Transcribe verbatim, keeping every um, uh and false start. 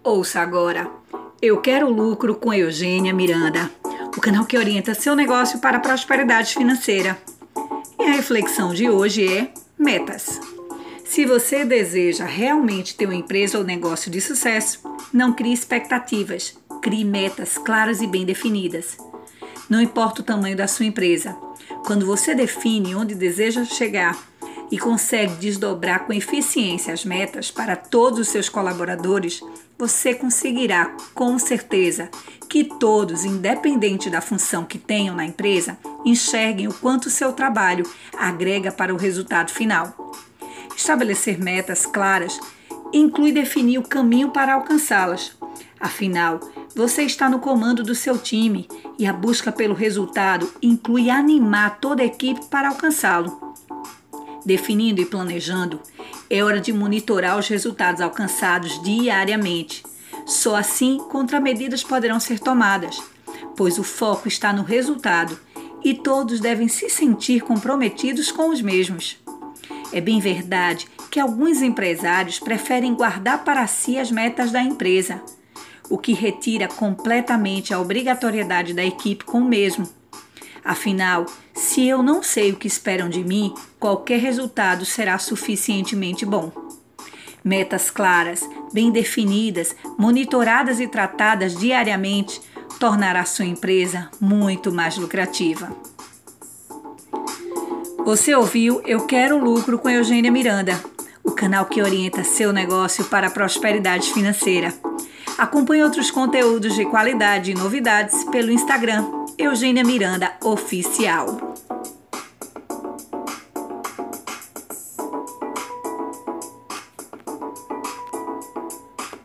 Ouça agora. Eu Quero Lucro com Eugênia Miranda, o canal que orienta seu negócio para a prosperidade financeira. E a reflexão de hoje é metas. Se você deseja realmente ter uma empresa ou negócio de sucesso, não crie expectativas, crie metas claras e bem definidas. Não importa o tamanho da sua empresa, quando você define onde deseja chegar e consegue desdobrar com eficiência as metas para todos os seus colaboradores, você conseguirá, com certeza, que todos, independente da função que tenham na empresa, enxerguem o quanto o seu trabalho agrega para o resultado final. Estabelecer metas claras inclui definir o caminho para alcançá-las. Afinal, você está no comando do seu time e a busca pelo resultado inclui animar toda a equipe para alcançá-lo. Definindo e planejando, é hora de monitorar os resultados alcançados diariamente. Só assim, contramedidas poderão ser tomadas, pois o foco está no resultado e todos devem se sentir comprometidos com os mesmos. É bem verdade que alguns empresários preferem guardar para si as metas da empresa, o que retira completamente a obrigatoriedade da equipe com o mesmo. Afinal, se eu não sei o que esperam de mim, qualquer resultado será suficientemente bom. Metas claras, bem definidas, monitoradas e tratadas diariamente tornará sua empresa muito mais lucrativa. Você ouviu Eu Quero Lucro com Eugênia Miranda, o canal que orienta seu negócio para a prosperidade financeira. Acompanhe outros conteúdos de qualidade e novidades pelo Instagram Eugênia Miranda Oficial.